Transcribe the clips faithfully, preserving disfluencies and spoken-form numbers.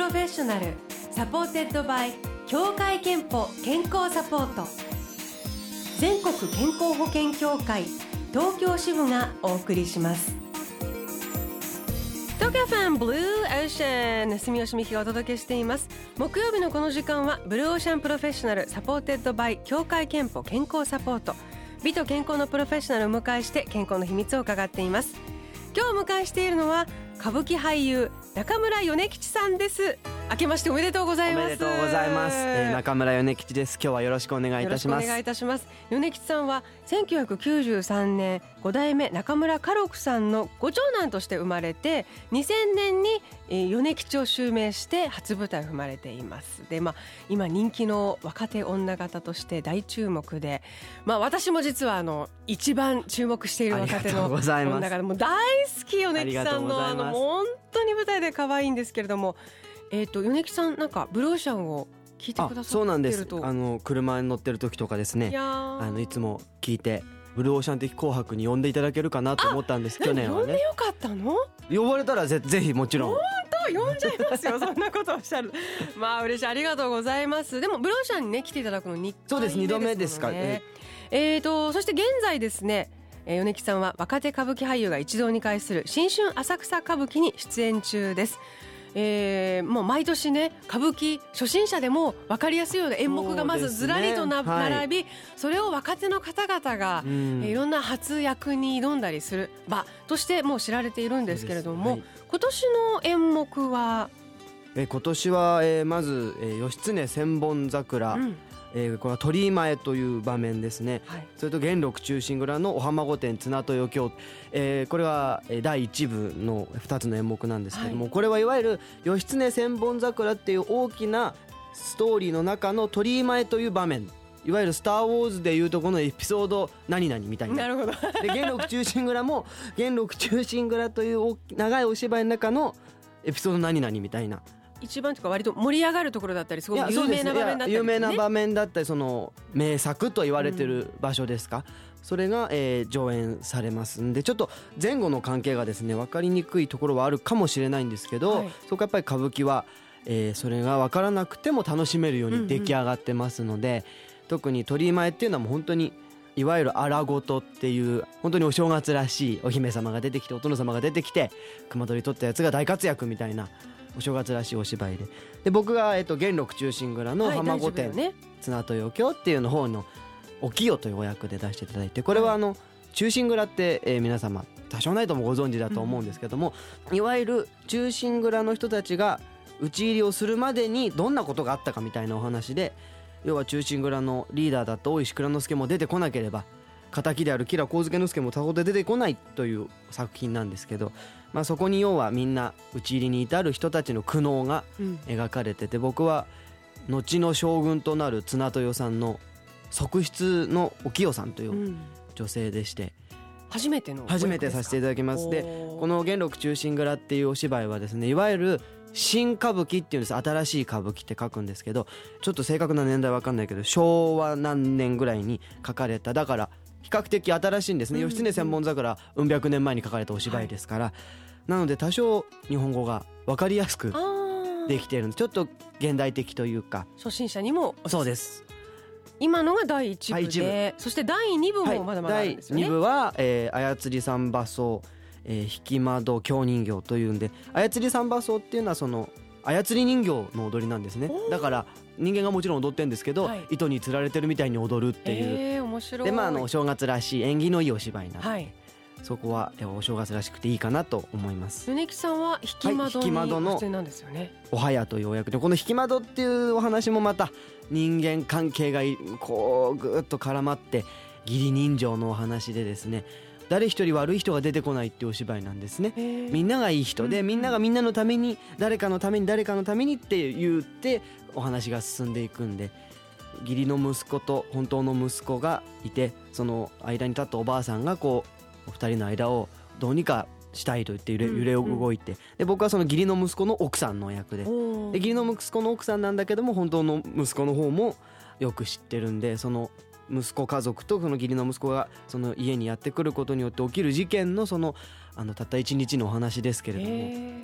ロフェッショナルサポーテッドバイ協会憲法健康サポート、全国健康保険協会東京支部がお送りします。東京ファンブルーオーシャン、住吉美希がお届けしています。木曜日のこの時間はブルーオーシャンプロフェッショナルサポーテッドバイ協会憲法健康サポート、美と健康のプロフェッショナルをお迎えして健康の秘密を伺っています。今日お迎えしているのは歌舞伎俳優中村米吉さんです。明けましておめでとうございます。 おめでとうございます、えー、中村米吉です。今日はよろしくお願いいたします。 よろしくお願いいたします。米吉さんはせんきゅうひゃくきゅうじゅうさんねんご代目中村歌六さんのご長男として生まれて、にせんねんに、えー、米吉を襲名して初舞台を踏まれています。で、まあ、今人気の若手女方として大注目で、まあ、私も実はあの一番注目している若手の女方、もう大好き米吉さんのあの本当に舞台で可愛いんですけれども、えーと、米吉さんなんかブルーオーシャンを聞いてくださってると。 そうなんです。あの車に乗ってる時とかですね、いあのいつも聞いてブルーオーシャン的紅白に呼んでいただけるかなと思ったんです。去年はね。 呼んでよかったの？ 呼ばれたら ぜ, ぜひもちろん。 本当呼んじゃいますよそんなことおっしゃるまあ嬉しい、ありがとうございます。でもブルーオーシャンにね来ていただくのにかいめですもんね。 そうです、にどめですかね。 えーとそして現在ですね、えー、米吉さんは若手歌舞伎俳優が一堂に会する新春浅草歌舞伎に出演中です。えー、もう毎年ね歌舞伎初心者でも分かりやすいような演目がまずずらりとな、ね、はい、並び、それを若手の方々が、うん、いろんな初役に挑んだりする場としてもう知られているんですけれども、はい、今年の演目はえ今年は、えー、まず、えー、義経千本桜、うん、えー、これは鳥居前という場面ですね、はい、それと元禄忠臣蔵のお浜御殿綱豊京、えー、これはだいいち部のふたつの演目なんですけども、はい、これはいわゆる義経千本桜っていう大きなストーリーの中の鳥居前という場面、いわゆるスターウォーズでいうとこのエピソード何々みたいな。 なるほどで元禄忠臣蔵も元禄忠臣蔵という長いお芝居の中のエピソード何々みたいな、 一番というか割と盛り上がるところだったり、すごく有名な場面だったり、ね、 有名な場面だったり、その名作と言われてる場所ですか、うん、それが、えー、上演されますんで、ちょっと前後の関係がですね分かりにくいところはあるかもしれないんですけど、はい、そこやっぱり歌舞伎は、えー、それが分からなくても楽しめるように出来上がってますので、うんうん、特に鳥居前っていうのはもう本当にいわゆる荒事っていう本当にお正月らしいお姫様が出てきてお殿様が出てきて熊取り取ったやつが大活躍みたいなお正月らしいお芝居で、で僕が、えっと、元禄忠臣蔵の浜御殿、はいね、綱豊京っていうの方のお清というお役で出していただいて、これはあの、はい、忠臣蔵って、えー、皆様多少ないともご存知だと思うんですけども、うん、いわゆる忠臣蔵の人たちが討ち入りをするまでにどんなことがあったかみたいなお話で、要は忠臣蔵のリーダーだった大石内蔵助も出てこなければ敵である吉良上野介も他方で出てこないという作品なんですけど、まあ、そこに要はみんな討ち入りに至る人たちの苦悩が描かれてて、うん、僕は後の将軍となる綱豊さんの側室のお清さんという女性でして、うん、 初めての初めてさせていただきます。でこの元禄忠臣蔵っていうお芝居はですね、いわゆる新歌舞伎っていうんです。新しい歌舞伎って書くんですけど、ちょっと正確な年代わかんないけど昭和何年ぐらいに書かれた、だから比較的新しいんですね。義経千本桜うん百年前に書かれたお芝居ですから、はい、なので多少日本語が分かりやすくできているんです。ちょっと現代的というか初心者にも。 そうです。 今のがだいいち部で、そしてだいに部もまだまだあるんですよね、 はい、だいに部は、えー、操り三馬荘、えー、引き窓京人形というんで、操り三馬荘っていうのはその操り人形の踊りなんですね。だから人間がもちろん踊ってるんですけど、はい、糸につられてるみたいに踊るっていう、 えー、面白い。 で、まあ、あのお正月らしい縁起のいいお芝居なので、はい、そこはお正月らしくていいかなと思います。 米吉さんは引き窓に出演なんですよね、はい、 おはやというお役で、この引き窓っていうお話もまた人間関係がこうぐーっと絡まって義理人情のお話でですね、誰一人悪い人が出てこないっていうお芝居なんですね。みんながいい人で、みんながみんなのために、誰かのために誰かのためにって言ってお話が進んでいくんで、義理の息子と本当の息子がいて、その間に立ったおばあさんがこうお二人の間をどうにかしたいと言って揺れ、揺れ動いて、で僕はその義理の息子の奥さんの役で、で義理の息子の奥さんなんだけども本当の息子の方もよく知ってるんで、その息子家族とその義理の息子がその家にやってくることによって起きる事件のそのあのたった一日のお話ですけれども、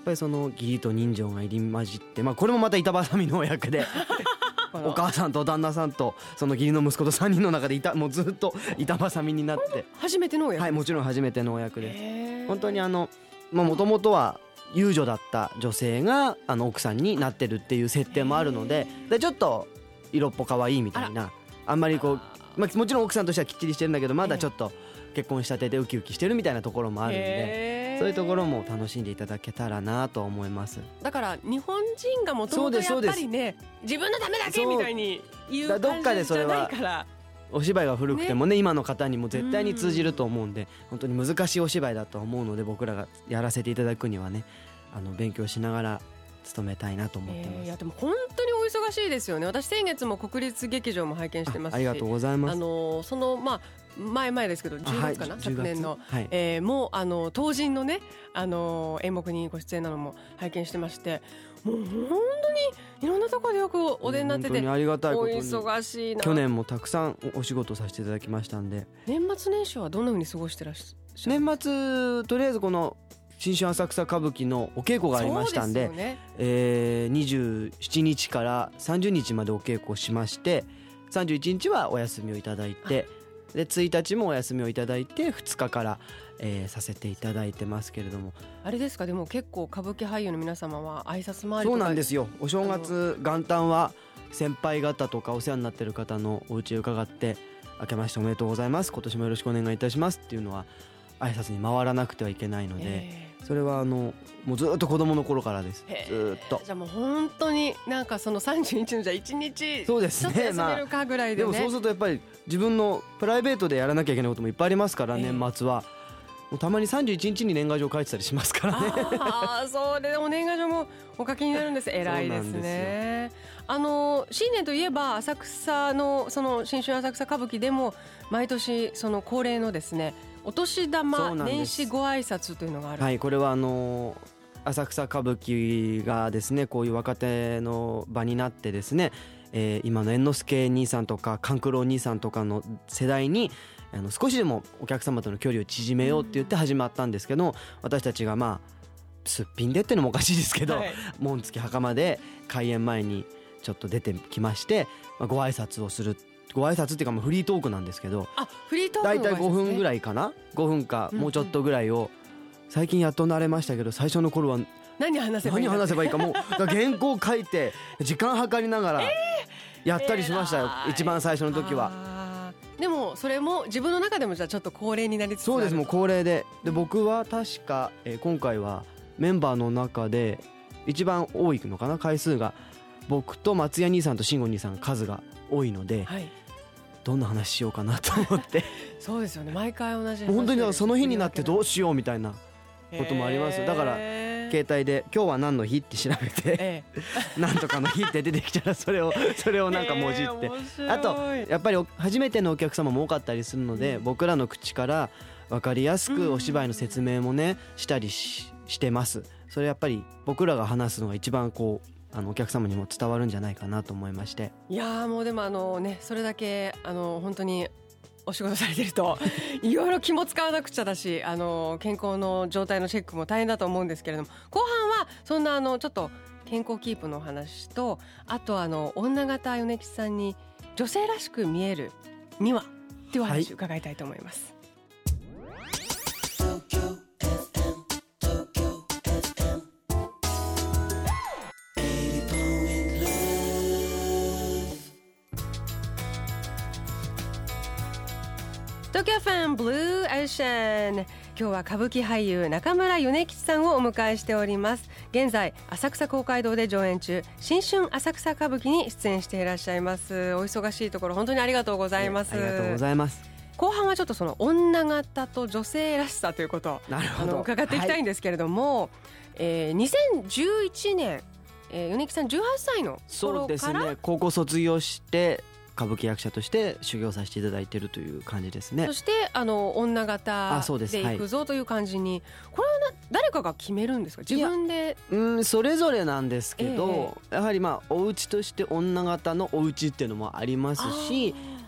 ぱりその義理と人情が入り混じって、まあ、これもまた板挟みのお役でお母さんと旦那さんとその義理の息子とさんにんの中でいたもうずっと板挟みになって、 初めてのお役。 はい、もちろん初めてのお役です。本当にあのもともとは遊女だった女性があの奥さんになってるっていう設定もあるので、でちょっと色っぽ可愛いみたいな、あんまりこう、まあ、もちろん奥さんとしてはきっちりしてるんだけどまだちょっと結婚したてでウキウキしてるみたいなところもあるんで、そういうところも楽しんでいただけたらなと思います。 だから日本人がもともとやっぱりね、自分のためだけみたいに言う感じじゃないから、 お芝居が古くても ね, ね今の方にも絶対に通じると思うんで、本当に難しいお芝居だと思うので、僕らがやらせていただくにはね、あの勉強しながら務めたいなと思ってます。 えー、いやでも本当にお忙しいですよね。私先月も国立劇場も拝見してますし、 あ, ありがとうございます。 あのそのまあ前々ですけどじゅうがつかな、はい、昨年の、 はい、 えー、もうあの当人のねあの演目にご出演なのも拝見してまして、もう本当にいろんなところでよくお出になってて、 本当にありがたいことにお忙しいな。 去年もたくさんお仕事させていただきましたんで。 年末年始はどんな風に過ごしてらっしゃ年る？ 末とりあえずこの新春浅草歌舞伎のお稽古がありましたん で, で、ねえー、にじゅうしちにちからさんじゅうにちまでお稽古をしまして、さんじゅういちにちはお休みをいただいて、でついたちもお休みをいただいてふつかから、えー、させていただいてますけれども。 あれですか、でも結構歌舞伎俳優の皆様は挨拶回りとか。 そうなんですよ。お正月元旦は先輩方とかお世話になっている方のお家を伺って、明けましておめでとうございます、今年もよろしくお願いいたしますっていうのは挨拶に回らなくてはいけないので、えー、それはあのもうずっと子供の頃からです。ずっと。 じゃあもう本当になんかそのさんじゅうにちのじゃあいちにちそうですね、 ちょっと休めるかぐらいでね、 まあ、でもそうするとやっぱり自分のプライベートでやらなきゃいけないこともいっぱいありますから、えー、年末はもうたまにさんじゅういちにちに年賀状書いてたりしますからね。 ああ、それでお年賀状もお書きになるんです。偉いですね。あの新年といえば浅草のその新春浅草歌舞伎でも毎年その恒例のですね、お年玉年始ご挨拶というのがある。 はい、これはあの浅草歌舞伎がですね、こういう若手の場になってですね、えー、今の猿之助兄さんとか勘九郎兄さんとかの世代にあの少しでもお客様との距離を縮めようって言って始まったんですけど、私たちがまあすっぴんでっていうのもおかしいですけど、はい、紋付き袴で開演前にちょっと出てきまして、まあ、ご挨拶をする。ご挨拶っていうかもうフリートークなんですけど、 あ、フリートークのご挨拶ね、 だいたいごふんぐらいかな、ごふんかもうちょっとぐらいを、最近やっと慣れましたけど、最初の頃は何話せばいい何話せばいいかもう原稿書いて時間計りながらやったりしましたよ、えー、一番最初の時は。 でもそれも自分の中でもじゃあちょっと恒例になりつつある。 そうです、もう恒例で、で僕は確か、えー、今回はメンバーの中で一番多いのかな、回数が僕と松屋兄さんと慎吾兄さん数が多いので、はい、どんな話しようかなと思ってそうですよね、毎回同じ話。 本当にその日になってどうしようみたいなこともあります。だから携帯で今日は何の日って調べて、ええ、なんとかの日って出てきたらそれをそれをなんかもじって、えー、あとやっぱり初めてのお客様も多かったりするので、うん、僕らの口から分かりやすくお芝居の説明もねしたり し, してます。それやっぱり僕らが話すのが一番こうあのお客様にも伝わるんじゃないかなと思いまして。 いやもうでもあのね、それだけあの本当にお仕事されてるといろいろ気も使わなくちゃだし、あの健康の状態のチェックも大変だと思うんですけれども、後半はそんなあのちょっと健康キープのお話と、あとあの女形米吉さんに女性らしく見えるにはっていうお話を伺いたいと思います、はい。東京ファンブルーオーシャン、今日は歌舞伎俳優中村米吉さんをお迎えしております。現在浅草公会堂で上演中、新春浅草歌舞伎に出演していらっしゃいます。お忙しいところ本当にありがとうございます。 ありがとうございます。 後半はちょっとその女形と女性らしさということをあの伺っていきたいんですけれども、はい、えー、にせんじゅういちねん、えー、米吉さんじゅうはっさいの頃から、 そうですね、高校卒業して歌舞伎役者として修行させていただいているという感じですね。 そしてあの女形でいくぞという感じに、はい、これはな誰かが決めるんですか、自分で？ うんそれぞれなんですけど、えー、やはりまあお家として女形のお家っていうのもありますし、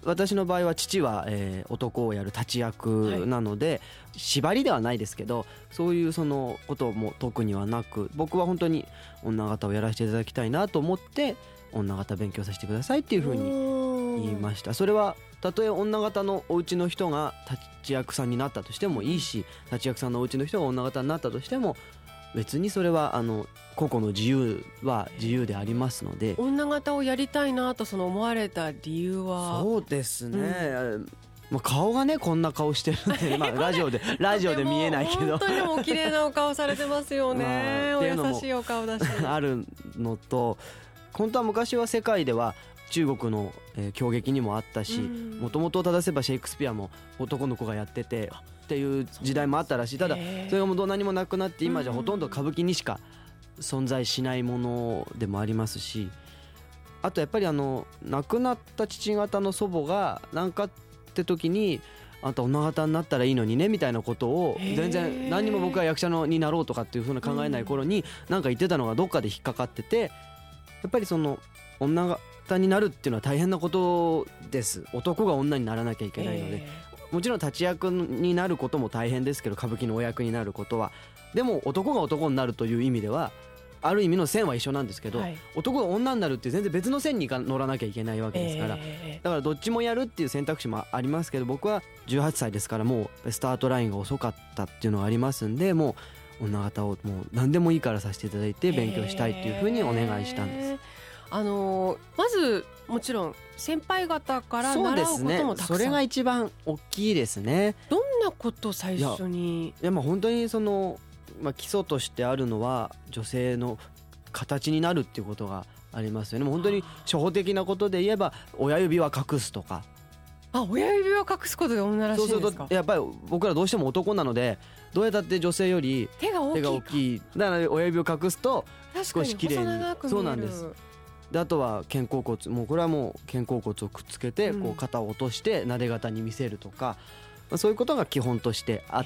私の場合は父は、えー、男をやる立ち役なので、はい、縛りではないですけどそういうそのことも特にはなく、僕は本当に女方をやらせていただきたいなと思って女方勉強させてくださいっていうふうに言いました。それはたとえ女方のお家の人が立ち役さんになったとしてもいいし、立ち役さんのお家の人が女方になったとしても別にそれはあの個々の自由は自由でありますので。 女方をやりたいなとその思われた理由は？ そうですね、うんまあ、顔がねこんな顔してるんで、まあ、ラジオでラジオで見えないけど本当にお綺麗なお顔されてますよね、まあ、お優しいお顔だしあるのと、本当は昔は世界では中国の、えー、狂劇にもあったし、もともと正せばシェイクスピアも男の子がやっててっていう時代もあったらしい。ただそれがもう何もなくなって今じゃほとんど歌舞伎にしか存在しないものでもありますし、あとやっぱりあの亡くなった父方の祖母が何かって時にあんた女方になったらいいのにねみたいなことを全然何にも僕が役者のになろうとかっていう風な考えない頃に何か言ってたのがどっかで引っかかってて、やっぱりその女方になるっていうのは大変なことです。男が女にならなきゃいけないので、もちろん立ち役になることも大変ですけど、歌舞伎のお役になることは。でも男が男になるという意味ではある意味の線は一緒なんですけど、はい、男が女になるって全然別の線に乗らなきゃいけないわけですから、えー、だからどっちもやるっていう選択肢もありますけど、僕はじゅうはっさいですからもうスタートラインが遅かったっていうのがありますんで、もう女方をもう何でもいいからさせていただいて勉強したいっていうふうにお願いしたんです、えーあのー、まずもちろん先輩方から習うこともたくさん。そうですね、 それが一番大きいですね。 どんなことを最初に？ いや、まあ本当にその、まあ、基礎としてあるのは女性の形になるっていうことがありますよね。もう本当に初歩的なことで言えば親指は隠すとか。 あ、親指は隠すことが女らしいんですか？ そうするとやっぱり僕らどうしても男なのでどうやったって女性より手が大きいか、手が大きいだから親指を隠すと少し綺麗に。 細長く見える。 そうなんです。であとは肩甲骨、もうこれはもう肩甲骨をくっつけてこう肩を落として撫で型に見せるとか、まあ、そういうことが基本としてあって、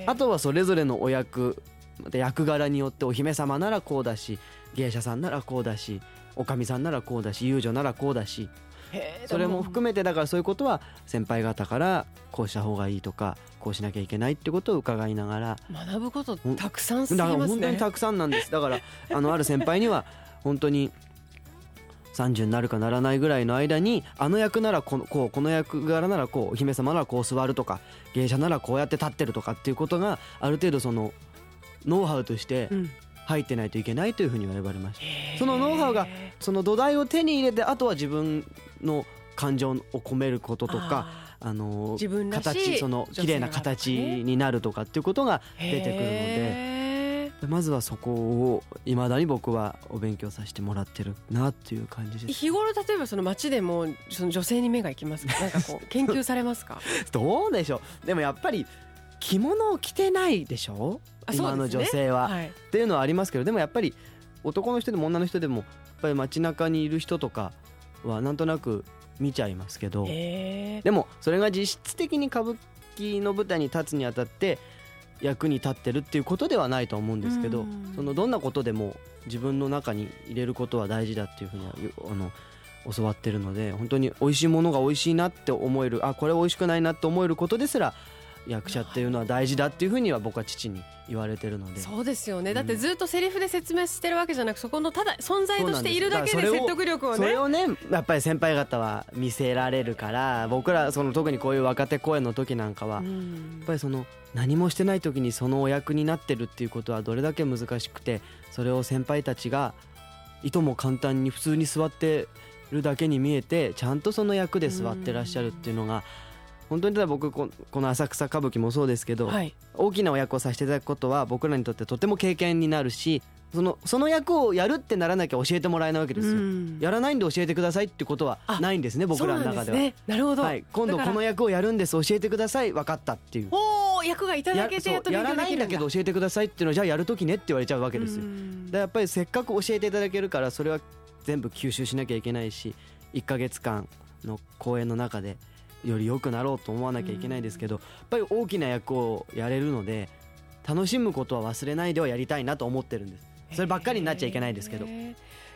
あとはそれぞれのお役役柄によってお姫様ならこうだし、芸者さんならこうだし、おかみさんならこうだし、遊女ならこうだし、それも含めてだからそういうことは先輩方からこうした方がいいとかこうしなきゃいけないってことを伺いながら学ぶことたくさんすぎますね。 だから本当にたくさんなんです。だからあのある先輩には本当にさんじゅうになるかならないぐらいの間にあの役ならこのこうこの役柄ならこうお姫様ならこう座るとか芸者ならこうやって立ってるとかっていうことがある程度そのノウハウとして入ってないといけないというふうに言われました、うん、そのノウハウがその土台を手に入れてあとは自分の感情を込めることとかあの自分らしい形その綺麗な形になるとかっていうことが出てくるのでまずはそこをいまだに僕はお勉強させてもらってるなっていう感じです。 日頃例えばその街でもその女性に目が行きますか？なんかこう研究されますか？ どうでしょう。でもやっぱり着物を着てないでしょ今の女性は、はい、っていうのはありますけど、でもやっぱり男の人でも女の人でもやっぱり街中にいる人とかはなんとなく見ちゃいますけど、でもそれが実質的に歌舞伎の舞台に立つにあたって役に立ってるっていうことではないと思うんですけど、そのどんなことでも自分の中に入れることは大事だっていうふうにはあの教わってるので、本当に美味しいものが美味しいなって思える、あこれ美味しくないなって思えることですら役者っていうのは大事だっていうふうには僕は父に言われてるので。 そうですよね、だってずっとセリフで説明してるわけじゃなく、そこのただ存在としているだけで説得力をね、 それをねやっぱり先輩方は見せられるから、僕らその特にこういう若手公演の時なんかはやっぱりその何もしてない時にそのお役になってるっていうことはどれだけ難しくて、それを先輩たちがいとも簡単に普通に座ってるだけに見えてちゃんとその役で座ってらっしゃるっていうのが本当にただ僕この浅草歌舞伎もそうですけど、はい、大きなお役をさせていただくことは僕らにとってとても経験になるし、そのその役をやるってならなきゃ教えてもらえないわけですよ。やらないんで教えてくださいってことはないんですね、僕らの中では。 ね、なるほど、 はい、今度この役をやるんです教えてください、分かったっていう。 お役がいただけてやっと勉強できるんだ。 やらないんだけど教えてくださいっていうのをじゃあやるときねって言われちゃうわけですよ。だやっぱりせっかく教えていただけるからそれは全部吸収しなきゃいけないし、いっかげつかんの公演の中でより良くなろうと思わなきゃいけないですけど、やっぱり大きな役をやれるので楽しむことは忘れないではやりたいなと思ってるんです。そればっかりになっちゃいけないですけど。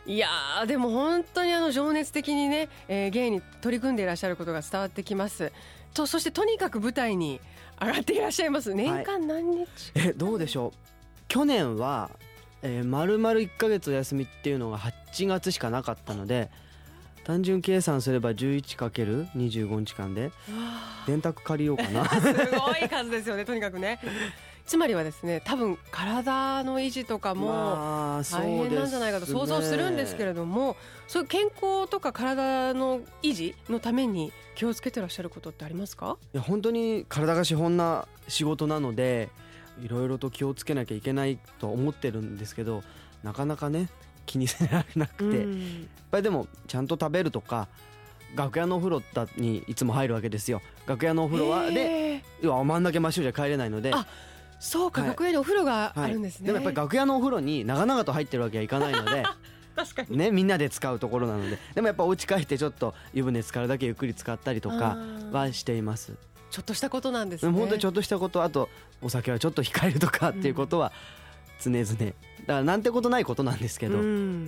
いやーでも本当にあの情熱的にね、えー、芸に取り組んでいらっしゃることが伝わってきますと、そしてとにかく舞台に上がっていらっしゃいます。年間何日、はい、 えどうでしょう。去年は、えー、丸々いっかげつお休みっていうのがはちがつしかなかったので、単純計算すれば じゅういちかけるにじゅうご 日間で電卓借りようかなすごい数ですよね。とにかくね、つまりはですね、多分体の維持とかも大変なんじゃないかと想像するんですけれども、そういう健康とか体の維持のために気をつけてらっしゃることってありますか？ いや本当に体が資本な仕事なので、いろいろと気をつけなきゃいけないと思ってるんですけど、なかなかね気にせられなくて、うん、やっぱりでもちゃんと食べるとか、楽屋のお風呂にいつも入るわけですよ。楽屋のお風呂はで要は真ん中真っ白じゃ帰れないので、 あそうか、はい、楽屋にお風呂があるんですね、 はい、でもやっぱり楽屋のお風呂に長々と入ってるわけはいかないので確かにね、みんなで使うところなので、でもやっぱお家帰ってちょっと湯船浸かるだけゆっくり使ったりとかはしています。 ちょっとしたことなんですね。 本当にちょっとしたこと、あとお酒はちょっと控えるとかっていうことは常々、だからなんてことないことなんですけど、うん、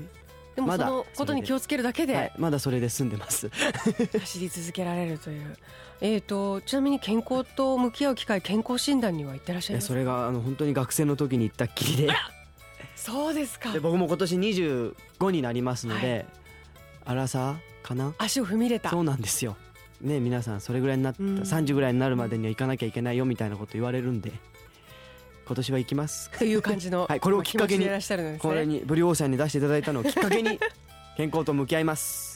でもそのことに気をつけるだけで、 はい、まだそれで済んでます走り続けられるという。えーとちなみに健康と向き合う機会、健康診断には行ってらっしゃいますか？ それがあの本当に学生の時に行ったっきりでそうですか。 で僕も今年にじゅうごになりますので、はい、アラサーかな、 足を踏み入れた。 そうなんですよね、皆さんそれぐらいになった、うん、さんじゅうぐらいになるまでには行かなきゃいけないよみたいなこと言われるんで、今年は行きますという感じの、 はい、これをきっかけに、 ね、 これにブリューオーシャンに出していただいたのをきっかけに健康と向き合います。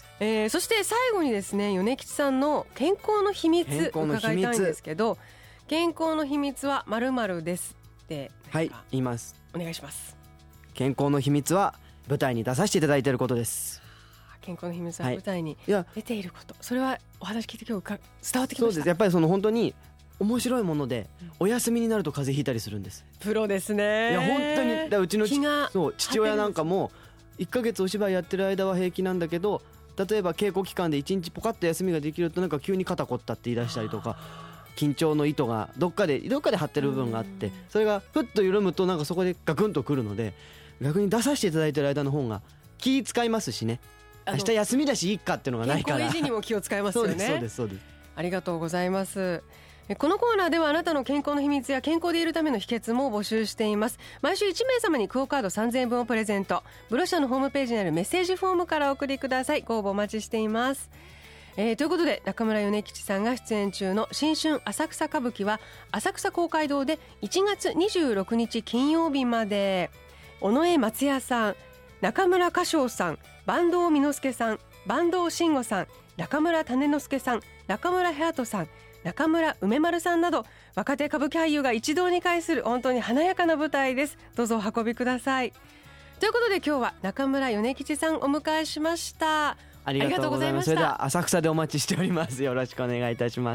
えー、そして最後にですね、米吉さんの健康の秘密伺いたいんですけど、健康の秘密は〇〇ですってはい言います。 お願いします。 健康の秘密は舞台に出させていただいていることです。 健康の秘密は舞台に出ていること、はい、それはお話聞いて今日伝わってきました。 そうです。やっぱりその本当に面白いもので、お休みになると風邪ひいたりするんです。 プロですね。 いや本当にだうちのちそう父親なんかもいっかげつお芝居やってる間は平気なんだけど、例えば稽古期間でいちにちポカッと休みができるとなんか急に肩凝ったって言い出したりとか、緊張の糸がどっかでどっかで張ってる部分があって、それがふっと緩むとなんかそこでガクンとくるので、逆に出させていただいてる間の方が気使いますしね、明日休みだしいいかっていうのがないから健康維持にも気を使いますよね。 そうですそうですそうです。 ありがとうございます。このコーナーではあなたの健康の秘密や健康でいるための秘訣も募集しています。毎週いちめいさまにクオカードさんぜんえんぶんをプレゼント。ブロシャのホームページにあるメッセージフォームからお送りください。ご応募お待ちしています。えー、ということで中村米吉さんが出演中の新春浅草歌舞伎は浅草公会堂でいちがつにじゅうろくにち金曜日まで、尾上松也さん、中村歌唱さん、坂東美之助さん、坂東慎吾さん、中村種之助さん、中村隼人さん、中村梅丸さんなど若手歌舞伎俳優が一堂に会する本当に華やかな舞台です。どうぞお運びください。ということで今日は中村米吉さんお迎えしました。 ありがとうございます。それでは浅草でお待ちしております。よろしくお願いいたします。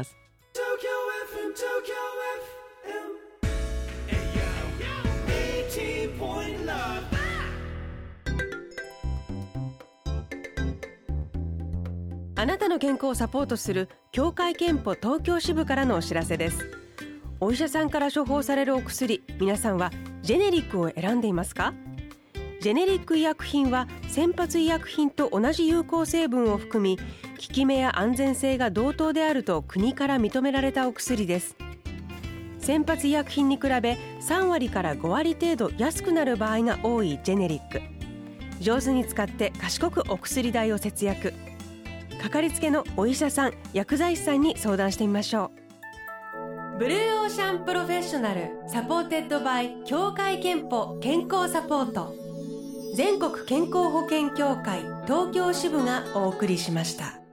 あなたの健康をサポートする協会憲法東京支部からのお知らせです。お医者さんから処方されるお薬、皆さんはジェネリックを選んでいますか？ジェネリック医薬品は先発医薬品と同じ有効成分を含み、効き目や安全性が同等であると国から認められたお薬です。先発医薬品に比べさんわりからごわり程度安くなる場合が多いジェネリック。上手に使って賢くお薬代を節約。かかりつけのお医者さん、薬剤師さんに相談してみましょう。ブルーオーシャンプロフェッショナルサポーテッドバイ協会憲法健康サポート、全国健康保険協会東京支部がお送りしました。